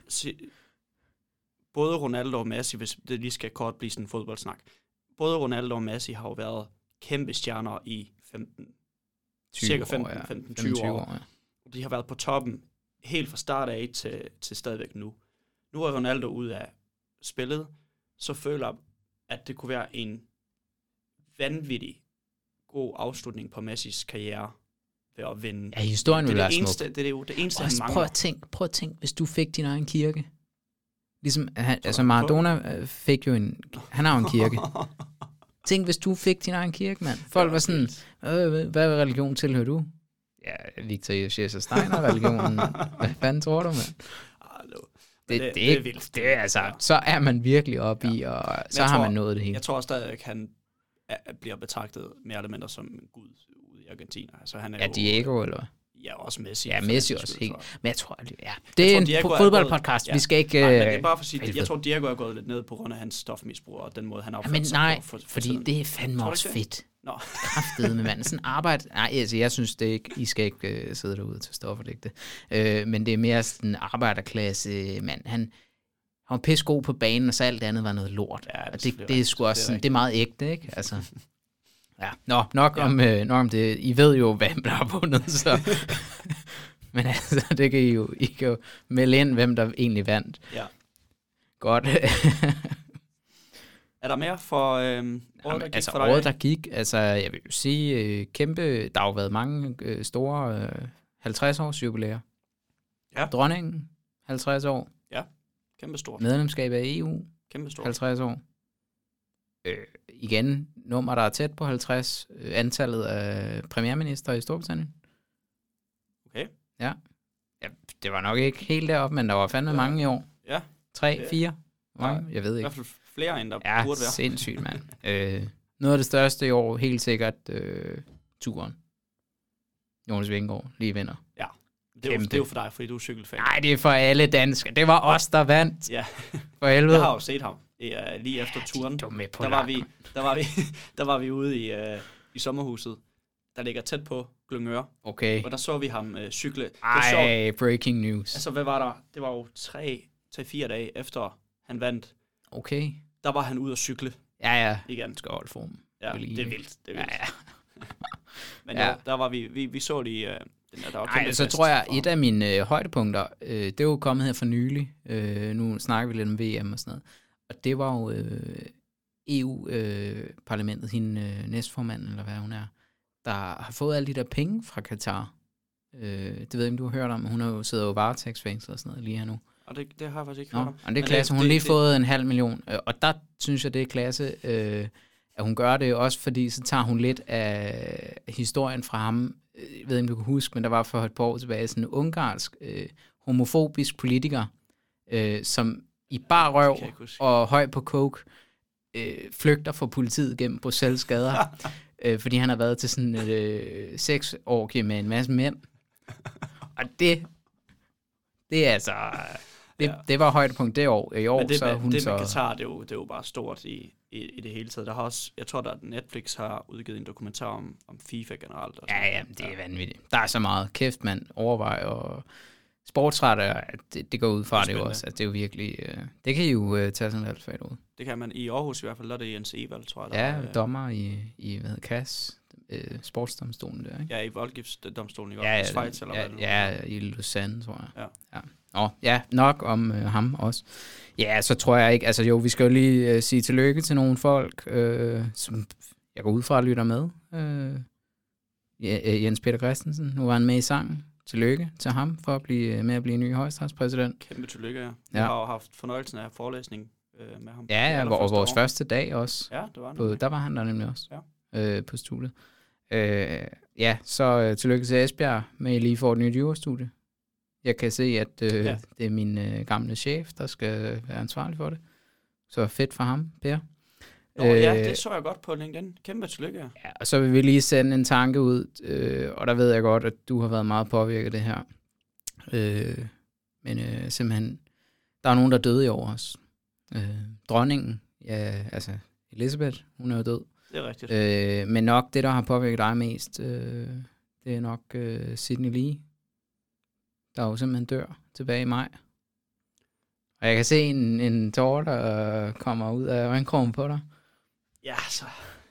Både Ronaldo og Messi, hvis det lige skal kort blive sådan en fodboldsnak, både Ronaldo og Messi har jo været kæmpe stjerner i femten, cirka femten til tyve år. år. Ja. De har været på toppen helt fra start af til, til stadigvæk nu. Nu er Ronaldo ud af spillet, så føler jeg, at det kunne være en vanvittig god afslutning på Messis karriere ved at vinde. Ja, historien vil være smuk. Det er jo det eneste, han mangler. Prøv at tænk, prøv at tænk, hvis du fik din egen kirke. Ligesom, han, altså Maradona fik jo en, han har jo en kirke. Tænk, hvis du fik din egen kirke, mand. Folk var sådan, øh, hvad religion tilhører du? Ja, Victor Schäfer Steiner religionen. Hvad fanden tror du, mand? Det, det, det, det er vildt. Det er altså, så er man virkelig oppe ja. i, og så har tror, man nået det hele. Jeg tror stadig, at han er, bliver betragtet mere eller mindre som en gud ude i Argentina. Altså, han er ja, jo, Diego, eller hvad? Ja, også Messi. Ja, Messi også. Helt. Men jeg tror, ja. Det er en Diego fodboldpodcast. Ja. Vi skal ikke... Nej, men det er bare for at sige, jeg, jeg tror, Diego er gået lidt ned på grund af hans stofmisbrug, og den måde, han opfører ja, sig nej, på. For, for fordi tiden. det er fandme også fedt. Nå. Kraftede med manden. Sådan arbejde... Nej, altså, jeg synes det ikke... I skal ikke uh, sidde derude til stoffer, det ikke. Uh, men det er mere sådan arbejderklasse uh, mand. Han, han var pissegod på banen, og så alt andet var noget lort. Ja, det, og det, det, det er sgu også sådan... Det er meget ægte, ikke? Altså... Ja, nå, nok, ja. Om, øh, nok om det. I ved jo, hvem der har vundet, så... Men altså, det kan I jo, I kan jo melde ind, hvem der egentlig vandt. Ja. Godt. Er der mere for øh, året, Jamen, der gik altså, for dig? året, der gik, altså, jeg vil jo sige, øh, kæmpe, der har jo været mange øh, store øh, halvtreds-års jubilæer. Ja. Dronningen, halvtreds år. Ja, kæmpe stort. Medlemskab af E U, kæmpe stort. halvtreds år. Øh, igen, nummer, der er tæt på halvtreds, øh, antallet af premierminister i Storbritannien. Okay. Ja. Ja, det var nok ikke helt deroppe, men der var fandme ja. mange i år. Ja. Tre, ja. fire? Mange? Jeg ved ikke. I hvert fald flere, end der ja, burde være. Ja, sindssygt, mand. øh, noget af det største i år, helt sikkert, øh, turen. Jonas Vingegaard lige vinder. Ja. Det er, jo, det er jo for dig, fordi du er cykelfan. Nej, det er for alle danskere. Det var os, der vandt. Ja. For helvede. Jeg har jo set ham ja, lige efter ja, turen. De der, var vi, der, var vi, der var vi ude i, uh, i sommerhuset, der ligger tæt på Glyngøre. Okay. Og der så vi ham uh, cykle. Ej, breaking news. Altså, hvad var der? Det var jo tre til fire dage efter han vandt. Okay. Der var han ude at cykle. Ja, ja. Igen. Skal holde form. Ja, det er vildt. Det er vildt. Ja, ja. Men ja. Jo, der var vi, vi, vi så lige... Uh, den der, der var Ej, så tror jeg, et af mine øh, højdepunkter, øh, det er jo kommet her for nylig. Øh, nu snakker vi lidt om V M og sådan noget. Og det var jo øh, E U-parlamentet, øh, hende øh, næstformanden, eller hvad hun er, der har fået alle de der penge fra Katar. Øh, det ved jeg ikke, om du har hørt om. Hun har jo siddet og varetægtsfængslet og sådan noget lige her nu. Og det, det har jeg faktisk ikke hørt om. Og det er klasse. Hun har lige det, fået det... en halv million. Og der synes jeg, det er klasse, øh, at hun gør det også, fordi så tager hun lidt af historien fra ham. Jeg ved ikke, om du kan huske, men der var for et par år tilbage sådan en ungarsk, øh, homofobisk politiker, øh, som i bar røv og høj på coke, øh, flygter fra politiet gennem Bruxelles gader, øh, fordi han har været til sådan et øh, seks år med en masse mænd. Og det, det er altså... Det, ja. det var højdepunkt det år. I år, men det, så med, hun det så... med Katar, det er, jo, det er jo bare stort i, i, i det hele taget. Der har også, jeg tror, at Netflix har udgivet en dokumentar om, om FIFA generelt. Og ja, ja, det er vanvittigt. Der er så meget kæft, man overvejer, og sportsretter, at det, det går ud fra det, det jo også. At det er jo virkelig... Øh, det kan I jo øh, tage sådan et valgfag ud. Det kan man i Aarhus i hvert fald, der er det Jens Evald, tror jeg. Ja, der, øh, dommer i, i hvad hedder, K A S, øh, sportsdomstolen der, ikke? Ja, i voldgiftsdomstolen i ja, ja, Schweiz, eller ja, hvad ja, i Lausanne, tror jeg. Ja. Ja. Nå, ja, nok om øh, ham også. Ja, så tror jeg ikke, altså jo, vi skal jo lige øh, sige tillykke til nogle folk, øh, som jeg går ud fra at lytte med. Øh, Jens Peter Christensen, nu var han med i sangen. Tillykke til ham for at blive med at blive ny højesteretspræsident. Kæmpe tillykke, ja. Ja. Jeg har jo haft fornøjelsen af forelæsning øh, med ham. Ja, ja, og vores år. første dag også. Ja, det var på, der var han der nemlig også, ja. øh, på studiet. Øh, ja, så øh, tillykke til Esbjerg med, at I lige får et nyt jurastudie. Jeg kan se, at øh, ja. det er min øh, gamle chef, der skal være ansvarlig for det. Så fedt for ham, Per. Nå, øh, ja, det så jeg godt på LinkedIn. Kæmpe tillykke. Ja. Ja, og så vil vi lige sende en tanke ud, øh, og der ved jeg godt, at du har været meget påvirket af det her. Øh, men øh, simpelthen, der er nogen, der døde i år også. Øh, dronningen, ja, altså Elisabeth, hun er jo død. Det er rigtigt. Øh, men nok det, der har påvirket dig mest, øh, det er nok øh, Sydney Lee, der jo simpelthen dør tilbage i maj. Og jeg kan se en, en tårer, der kommer ud af øjenkrogen på dig. Ja, så...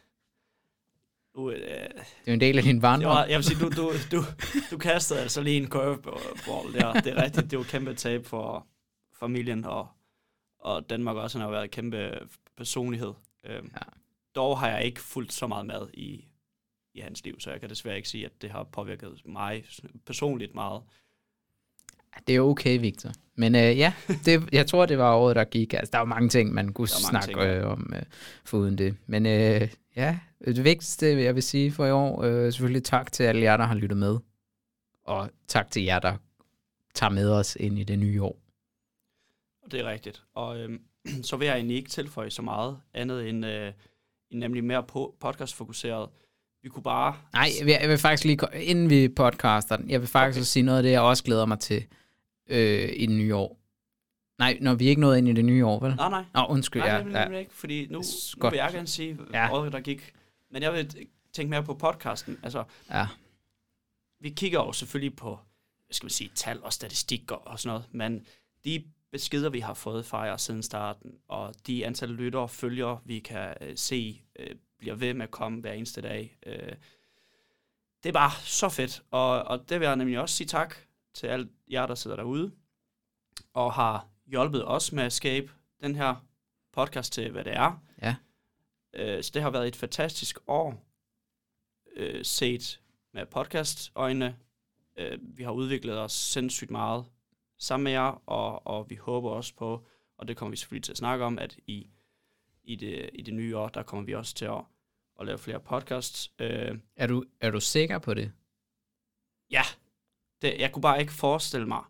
Du, øh, det er jo en del af din barndom. Jeg vil sige, du, du, du, du kastede altså lige en curveball der. Det er rigtigt, det er jo kæmpe tab for familien, og, og Danmark også har været en kæmpe personlighed. Øhm, ja. Dog har jeg ikke fulgt så meget med i, i hans liv, så jeg kan desværre ikke sige, at det har påvirket mig personligt meget. Det er okay, Victor. Men øh, ja, det, jeg tror, det var året, der gik. Altså, der var mange ting, man kunne snakke ting, ja. øh, om øh, foruden det. Men øh, ja, det vigtigste, jeg vil sige for i år, øh, selvfølgelig tak til alle jer, der har lyttet med. Og tak til jer, der tager med os ind i det nye år. Det er rigtigt. Og øh, så vil jeg egentlig ikke tilføje så meget andet end, øh, end nemlig mere på podcastfokuseret. Vi kunne bare... Nej, jeg vil, jeg vil faktisk lige, inden vi podcaster den, jeg vil faktisk okay. sige noget af det, jeg også glæder mig til øh, i det nye år. Nej, når vi er ikke nået ind i det nye år, vel? Nej, nej. Nå, undskyld. Nej, ja, nemlig, nemlig ikke, fordi nu, nu vil jeg gerne sige, ja. året der gik. Men jeg vil tænke mere på podcasten. Altså, ja. Vi kigger jo selvfølgelig på, hvad skal vi sige, tal og statistikker og sådan noget, men de beskeder, vi har fået fra jer siden starten, og de antal lyttere, følgere, vi kan øh, se, øh, bliver ved med at komme hver eneste dag. Øh, det er bare så fedt, og, og det vil jeg nemlig også sige tak til alle jer, der sidder derude, og har hjulpet os med at skabe den her podcast til, hvad det er. Ja. Øh, så det har været et fantastisk år, øh, set med podcastøjne. Øh, vi har udviklet os sindssygt meget sammen med jer, og, og vi håber også på, og det kommer vi selvfølgelig til at snakke om, at i, i, det, i det nye år, der kommer vi også til at, at lave flere podcasts. Øh, er, du, er du sikker på det? Ja. Det, jeg kunne bare ikke forestille mig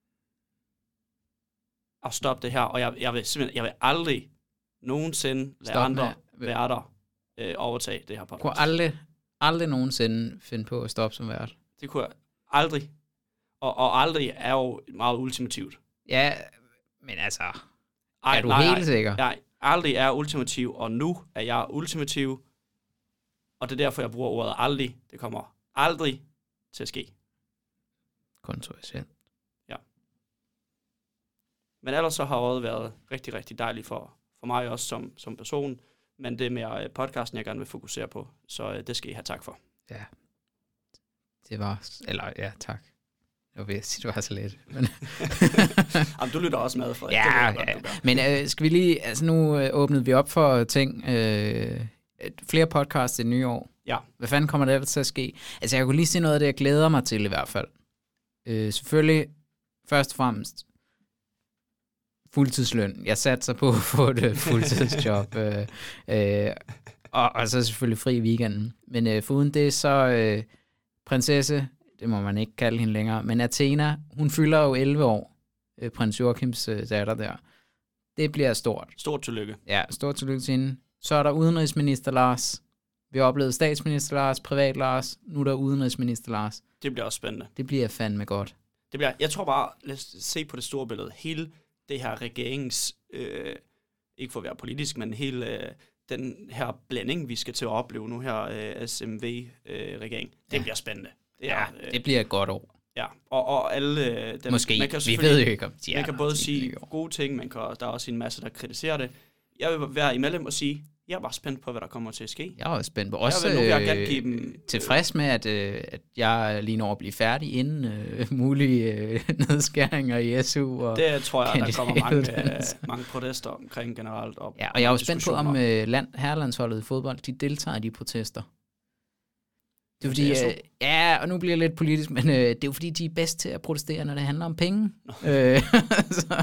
at stoppe det her, og jeg, jeg vil simpelthen, jeg vil aldrig nogensinde lade Stop andre med. værter øh, overtage det her podcast. Du kunne aldrig, aldrig nogensinde finde på at stoppe som vært? Det kunne jeg aldrig. Og, og aldrig er jo meget ultimativt. Ja, men altså, Ej, er du nej, helt nej, sikker? Nej, aldrig er ultimativ, og nu er jeg ultimativ, og det er derfor, jeg bruger ordet aldrig. Det kommer aldrig til at ske. Kontroversielt. Ja. Men ellers så har året været rigtig, rigtig dejligt for, for mig også som, som person, men det er mere podcasten, jeg gerne vil fokusere på, så det skal I have tak for. Ja. Det var, eller ja, tak. Jeg vil sige, det var så lidt. Men Jamen, du lytter også med, Frederik. Ja, ja. Godt, men øh, skal vi lige, altså nu øh, åbnede vi op for ting, øh, flere podcasts i det nye år. Ja. Hvad fanden kommer der til at ske? Altså, jeg kunne lige se noget af det, jeg glæder mig til i hvert fald. Øh, selvfølgelig, først og fremmest, fuldtidsløn. Jeg satser på at få et fuldtidsjob. øh, øh, og, og så selvfølgelig fri i weekenden. Men øh, foruden det, så øh, prinsesse, det må man ikke kalde hende længere, men Athena, hun fylder jo elleve år, øh, prins Joachims øh, datter der. Det bliver stort. Stort tillykke. Ja, stort tillykke til hende. Så er der udenrigsminister Lars. Vi har oplevet statsminister Lars, privat Lars, nu er der udenrigsminister Lars. Det bliver også spændende. Det bliver fandme godt. Det bliver, jeg tror bare, lad os se på det store billede. Hele det her regerings, øh, ikke for at være politisk, men hele øh, den her blanding, vi skal til at opleve nu her, øh, S M V-regering, øh, det ja. bliver spændende. Det ja, er, øh, det bliver et godt år. Ja, og, og alle dem, måske, man kan vi ved jo ikke om man kan både sige gode ting, man kan, der er også en masse, der kritiserer det. Jeg vil være imellem og sige, jeg er bare spændt på, hvad der kommer til at ske. Jeg er også spændt på. Også jeg vil, nu vil jeg gerne øh, give dem, tilfreds med, at, øh, at jeg lige når at blive færdig inden øh, mulige øh, nedskæringer i S U. Og det tror jeg, der kommer mange, øh, mange protester omkring generelt. Og ja, og jeg er jo spændt på, om øh, land, herrelandsholdet i fodbold, de deltager i de protester. Det er fordi, øh, ja, og nu bliver jeg lidt politisk, men øh, det er jo fordi, de er bedst til at protestere, når det handler om penge. øh, så,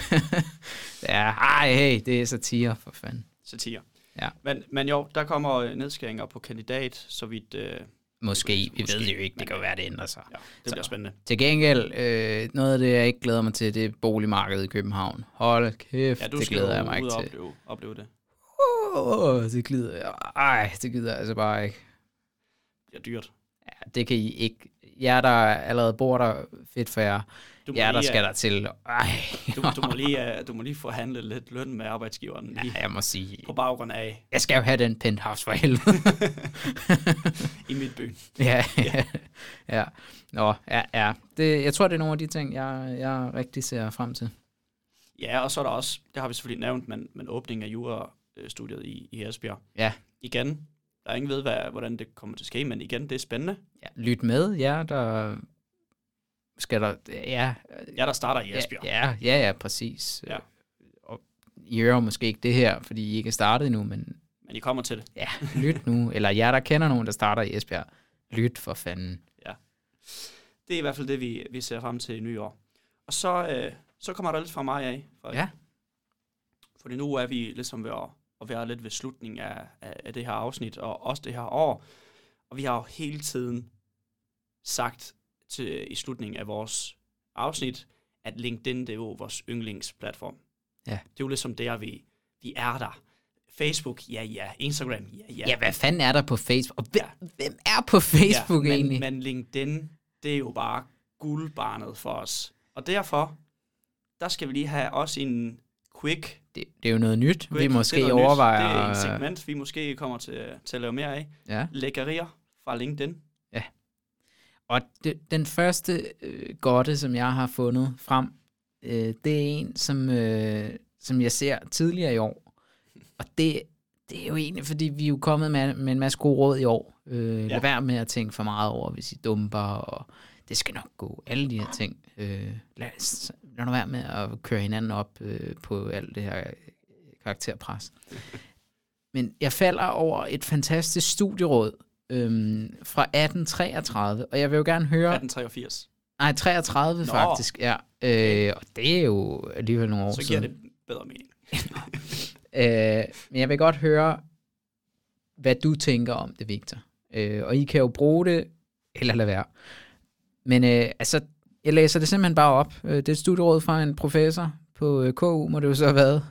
ja, ej, hey, det er satire, for fanden. Satire. Ja. Men, men jo, der kommer nedskæringer på kandidat, så vidt... Øh, måske, vi måske, ved det jo ikke, det kan jo være, det ændrer sig. Ja, det bliver så, spændende. Til gengæld, øh, noget af det, jeg ikke glæder mig til, det er boligmarkedet i København. Hold kæft, ja, det glæder jeg mig ikke til. Ja, du skal ud og opleve, opleve det. Oh, det gider jeg. Ej, det gider jeg altså bare ikke. Det er dyrt. Ja, det kan I ikke. Jer, der allerede bor der, fedt for jer. Jer, der skal der til. Ej. Du, du, må lige, du må lige forhandle lidt løn med arbejdsgiveren. Lige, ja, jeg må sige. På baggrund af. Jeg skal jo have den penthouse for helvede. I mit byen. Ja, ja. ja. Nå, ja, ja. Det, jeg tror, det er nogle af de ting, jeg, jeg rigtig ser frem til. Ja, og så er der også, det har vi selvfølgelig nævnt, men, men åbningen af jurastudiet i, i Esbjerg. Ja. Igen, der er ingen ved, hvad, hvordan det kommer til at ske, men igen, det er spændende. Ja, lyt med, ja, der skal der, ja. Ja, der starter i Esbjerg. Ja, ja, ja, ja præcis. Ja. Og I hører måske ikke det her, fordi I ikke er startet endnu, men... Men I kommer til det. Ja, lyt nu. Eller jer, der kender nogen, der starter i Esbjerg. Lyt for fanden. Ja. Det er i hvert fald det, vi, vi ser frem til i nye år. Og så, øh, så kommer der lidt fra mig af. Frederik. Ja. Fordi nu er vi ligesom ved at, at være lidt ved slutningen af, af, af det her afsnit, og også det her år. Og vi har jo hele tiden sagt til, i slutningen af vores afsnit, at LinkedIn, det er jo vores yndlingsplatform. Ja. Det er jo ligesom der, vi, vi er der. Facebook, ja, ja. Instagram, ja, ja. Ja, hvad fanden er der på Facebook? Og hvem, ja. hvem er på Facebook ja, men, egentlig? Men LinkedIn, det er jo bare guldbarnet for os. Og derfor, der skal vi lige have også en quick... Det, det er jo noget nyt, quick, vi måske det overvejer. Det er en segment, vi måske kommer til, til at lave mere af. Ja. Lækkerier fra LinkedIn. Ja. Og det, den første øh, godte, som jeg har fundet frem, øh, det er en, som, øh, som jeg ser tidligere i år. Og det, det er jo egentlig, fordi vi er jo kommet med, med en masse gode råd i år. Øh, ja. Lad være med at tænke for meget over, hvis I dumper, og det skal nok gå. Alle de her ting. Øh, lad, lad nu være med at køre hinanden op øh, på alt det her karakterpres. Men jeg falder over et fantastisk studieråd øh, fra atten treogtredive, og jeg vil jo gerne høre... atten treogfirs. Nej, treogtredive Nå. faktisk, ja. Øh, og det er jo alligevel nogle år siden. Så giver siden. Det bedre mening. øh, men jeg vil godt høre, hvad du tænker om det, Victor. Øh, og I kan jo bruge det, eller lade være. Men øh, altså, jeg læser det simpelthen bare op. Det er et studieråd fra en professor på øh, K U, må det jo så have været.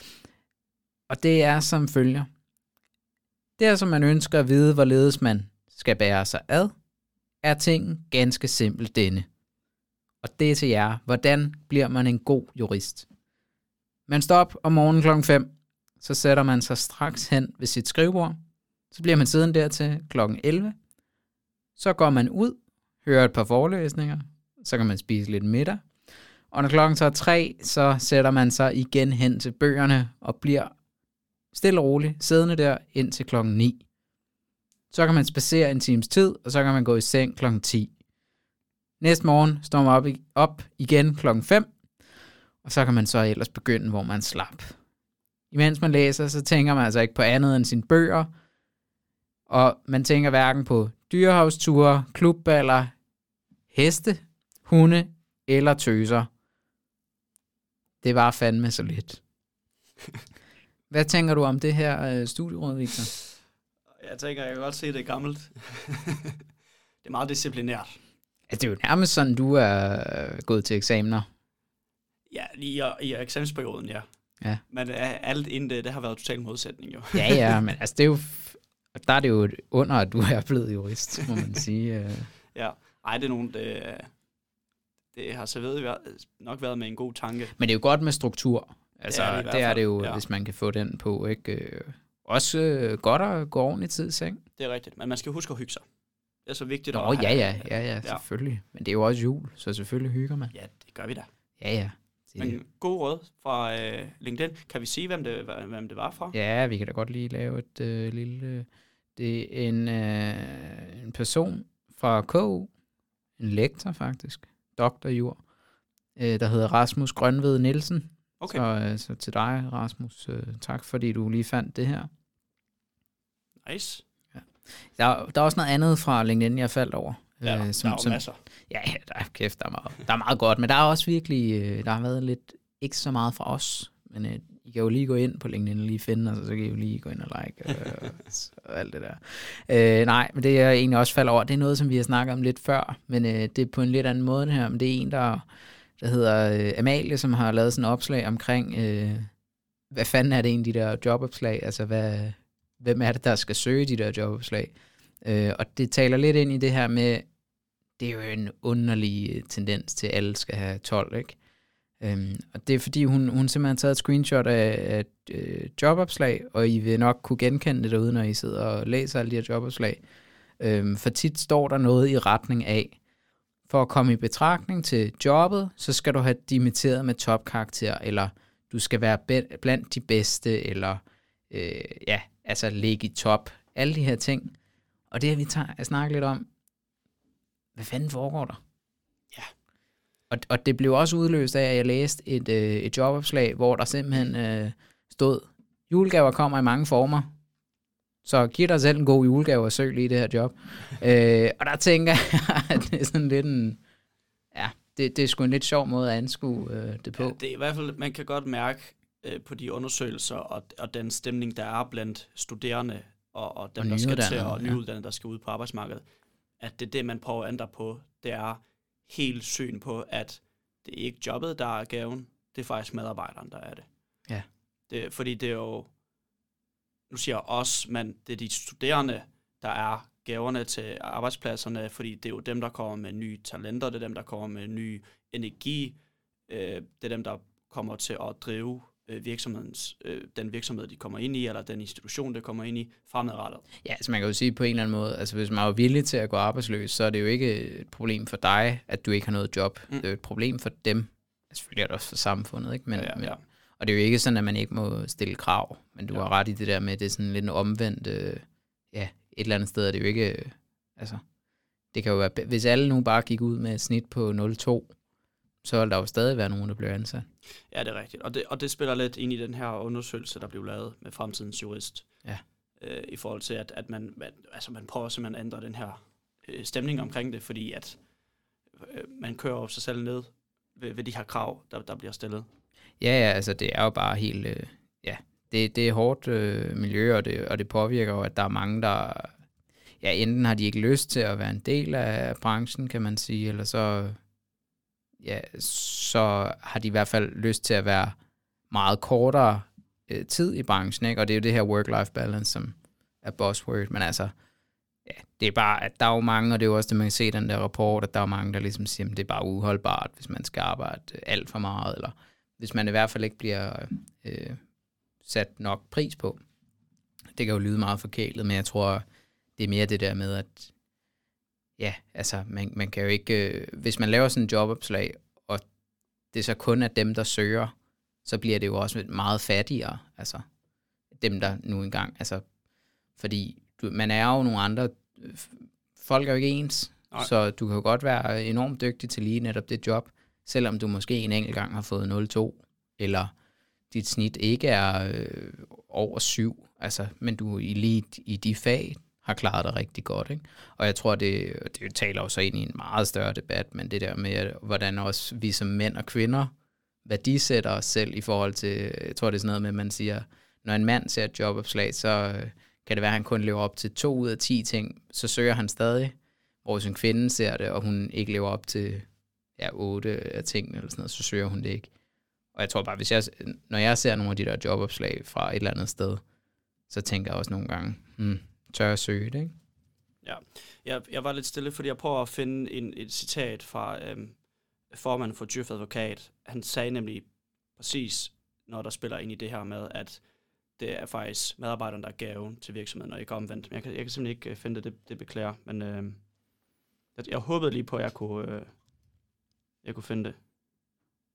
Og det er som følger. Det er, som man ønsker at vide, hvorledes man skal bære sig ad, er tingen ganske simpelt denne. Og det er til jer. Hvordan bliver man en god jurist? Man står op om morgenen klokken fem, så sætter man sig straks hen ved sit skrivebord. Så bliver man siddende der til klokken elleve. Så går man ud, hører et par forelæsninger, så kan man spise lidt middag. Og når klokken så er tre, så sætter man sig igen hen til bøgerne og bliver stille og roligt siddende der indtil klokken ni. Så kan man spacere en times tid, og så kan man gå i seng klokken ti. Næste morgen står man op, op igen klokken fem, og så kan man så ellers begynde, hvor man slap. Imens man læser, så tænker man altså ikke på andet end sine bøger, og man tænker hverken på dyrehavsture, klubballer, heste, hunde eller tøser. Det var fandme så lidt. Hvad tænker du om det her øh, studieråd, Victor? Jeg tænker, jeg kan godt se, at det er gammelt. Det er meget disciplinært. Ja, det er jo nærmest sådan, du er gået til eksamener. Ja, lige i, i eksamensperioden, ja. Ja. Men alt inden det, det har været total modsætning, jo. Ja, ja, men altså, det er jo, der er det jo under, at du er blevet jurist, må man sige. Ja, ej, det er nogen, det, det har så nok været med en god tanke. Men det er jo godt med struktur. Altså, ja, det, det er det jo, ja. Hvis man kan få den på, ikke? Også øh, godt at gå ordentligt tid i seng. Det er rigtigt, men man skal huske at hygge sig. Det er så vigtigt. Nå, at ja, ja, ja, ja, selvfølgelig. Ja. Men det er jo også jul, så selvfølgelig hygger man. Ja, det gør vi da. Ja, ja. Men god råd fra øh, LinkedIn. Kan vi sige, hvem det, hvem det var fra? Ja, vi kan da godt lige lave et øh, lille... Det er en, øh, en person fra K U, en lektor faktisk, doktor i jur, øh, der hedder Rasmus Grønved Nielsen. Okay. Så, øh, så til dig, Rasmus, øh, tak fordi du lige fandt det her. Nice. Ja. Der, der er også noget andet fra LinkedIn, jeg faldt over. Ja, øh, som, der er jo som, masser. Ja, der er kæft, der er meget, der er meget godt, men der er også virkelig, øh, der har været lidt, ikke så meget fra os, men øh, I kan jo lige gå ind på LinkedIn og lige finde os, og så kan I jo lige gå ind og like øh, og alt det der. Øh, nej, men det jeg egentlig også falder over, det er noget, som vi har snakket om lidt før, men øh, det er på en lidt anden måde her, men det er en, der, der hedder øh, Amalie, som har lavet sådan en opslag omkring, øh, hvad fanden er det egentlig, de der jobopslag, altså hvad, hvem er det, der skal søge de der jobopslag, øh, og det taler lidt ind i det her med, det er jo en underlig tendens til, at alle skal have tolv, ikke? Øhm, og det er fordi, hun, hun simpelthen har taget et screenshot af et øh, jobopslag, og I vil nok kunne genkende det derude, når I sidder og læser alle de her jobopslag. Øhm, for tit står der noget i retning af, for at komme i betragtning til jobbet, så skal du have dimitteret med topkarakter, eller du skal være be- blandt de bedste, eller øh, ja, altså ligge i top. Alle de her ting. Og det har vi tager, snakket lidt om, hvad fanden foregår der? Ja. Og, og det blev også udløst af, at jeg læste et, øh, et jobopslag, hvor der simpelthen øh, stod, julegaver kommer i mange former, så giv dig selv en god julegave og søg lige det her job. øh, og der tænker jeg, at det er sådan lidt en, ja, det, det er sgu en lidt sjov måde at anskue øh, det på. Ja, det er i hvert fald, man kan godt mærke øh, på de undersøgelser, og, og den stemning, der er blandt studerende, og, og dem, og der skal til, og ja. nyuddannede, der skal ud på arbejdsmarkedet, at det er det, man prøver at ændre på, det er helt syn på, at det er ikke jobbet, der er gaven, det er faktisk medarbejderen, der er det. Ja. Det, fordi det er jo, nu siger jeg os, men det er de studerende, der er gaverne til arbejdspladserne, fordi det er jo dem, der kommer med nye talenter, det er dem, der kommer med ny energi, øh, det er dem, der kommer til at drive øh, virksomhedens, øh, den virksomhed, de kommer ind i, eller den institution, der kommer ind i, fremadrettet. Ja, altså man kan jo sige på en eller anden måde, altså hvis man er villig til at gå arbejdsløs, så er det jo ikke et problem for dig, at du ikke har noget job. Mm. Det er jo et problem for dem. Selvfølgelig er det også for samfundet, ikke? Men, ja, ja, ja. men, og det er jo ikke sådan, at man ikke må stille krav, men du ja. har ret i det der med, at det er sådan lidt en omvendt, øh, ja, et eller andet sted er det jo ikke, øh, altså, det kan jo være, hvis alle nu bare gik ud med et snit på nul komma to, så vil der jo stadig være nogen, der bliver ansat. Ja, det er rigtigt. Og det, og det spiller lidt ind i den her undersøgelse, der blev lavet med Fremtidens Jurist. Ja. Øh, I forhold til, at, at man, man, altså man prøver simpelthen at ændre den her øh, stemning omkring det, fordi at øh, man kører sig selv ned ved, ved de her krav, der, der bliver stillet. Ja, ja, altså det er jo bare helt, øh, ja, det, det er hårdt øh, miljø, og det, og det påvirker jo, at der er mange, der, ja, enten har de ikke lyst til at være en del af branchen, kan man sige, eller så, ja, så har de i hvert fald lyst til at være meget kortere øh, tid i branchen, ikke? Og det er jo det her work-life balance, som er buzzword, men altså, ja, det er bare, at der er jo mange, og det er jo også det, man kan se i den der rapport, at der er mange, der ligesom siger, at det er bare uholdbart, hvis man skal arbejde alt for meget, eller hvis man i hvert fald ikke bliver øh, sat nok pris på. Det kan jo lyde meget forkælet, men jeg tror, det er mere det der med, at ja, altså, man, man kan jo ikke, øh, hvis man laver sådan en jobopslag, og det så kun er dem, der søger, så bliver det jo også meget fattigere, altså, dem, der nu engang, altså, fordi du, man er jo nogle andre, folk er jo ikke ens, Nej. Så du kan jo godt være enormt dygtig til lige netop det job, selvom du måske en enkelt gang har fået nul komma to, eller dit snit ikke er øh, over syv, altså, men du i lige i de fag har klaret dig rigtig godt, ikke? Og jeg tror, det, det taler jo så ind i en meget større debat, men det der med, hvordan også vi som mænd og kvinder værdisætter os selv i forhold til, jeg tror, det er sådan noget med, at man siger, når en mand ser et jobopslag, så kan det være, at han kun lever op til to ud af ti ting, så søger han stadig, hvor hvis en kvinde ser det, og hun ikke lever op til ja, otte af tingene, eller sådan noget, så søger hun det ikke. Og jeg tror bare, hvis jeg, når jeg ser nogle af de der jobopslag fra et eller andet sted, så tænker jeg også nogle gange, hmm, tør at søge det, ikke? Ja, jeg, jeg var lidt stille, fordi jeg prøver at finde en, et citat fra øhm, formanden for Djøf Advokat. Han sagde nemlig præcis, når der spiller ind i det her med, at det er faktisk medarbejderne, der er gaven til virksomheden, og ikke omvendt. Men jeg kan, jeg kan simpelthen ikke finde det, det, det beklager. Men øh, jeg, jeg håbede lige på, at jeg kunne, øh, jeg kunne finde det.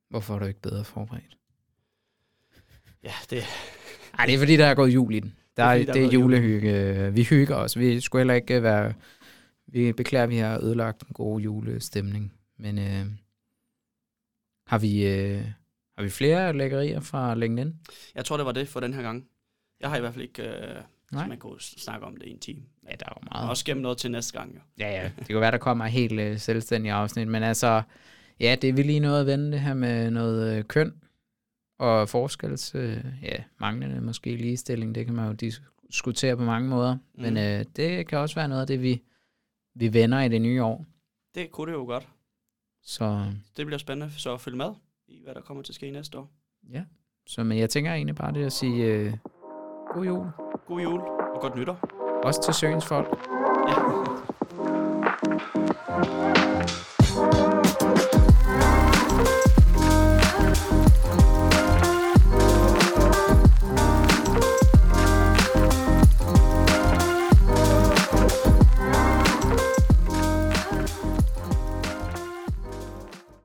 Hvorfor er du ikke bedre forberedt? Ja, det... Ej, det er fordi, der er gået jul i den. Der er, Det er, fordi, det er, der er gået julehygge. Vi hygger os. Vi skulle heller ikke være... Vi beklager, at vi har ødelagt en god julestemning. Men øh, har vi øh, har vi flere lækkerier fra LinkedIn? Jeg tror, det var det for den her gang. Jeg har i hvert fald ikke... Øh, Nej. så man kunne snakke om det i en time. Ja, der er jo Og meget. også gemme noget til næste gang, jo. Ja, ja. Det kan være, der kommer et helt øh, selvstændigt afsnit. Men altså, ja, det er vi lige noget at vende det her med noget øh, køn og forskels... Øh, ja, manglende måske ligestilling. Det kan man jo diskutere på mange måder. Mm. Men øh, det kan også være noget af det, vi, vi vender i det nye år. Det kunne det jo godt. Så Det bliver spændende så at følge med i, hvad der kommer til at ske næste år. ja, så men jeg tænker egentlig bare det at sige øh, god jul. God jul og godt nytår. Også til søens folk. Ja.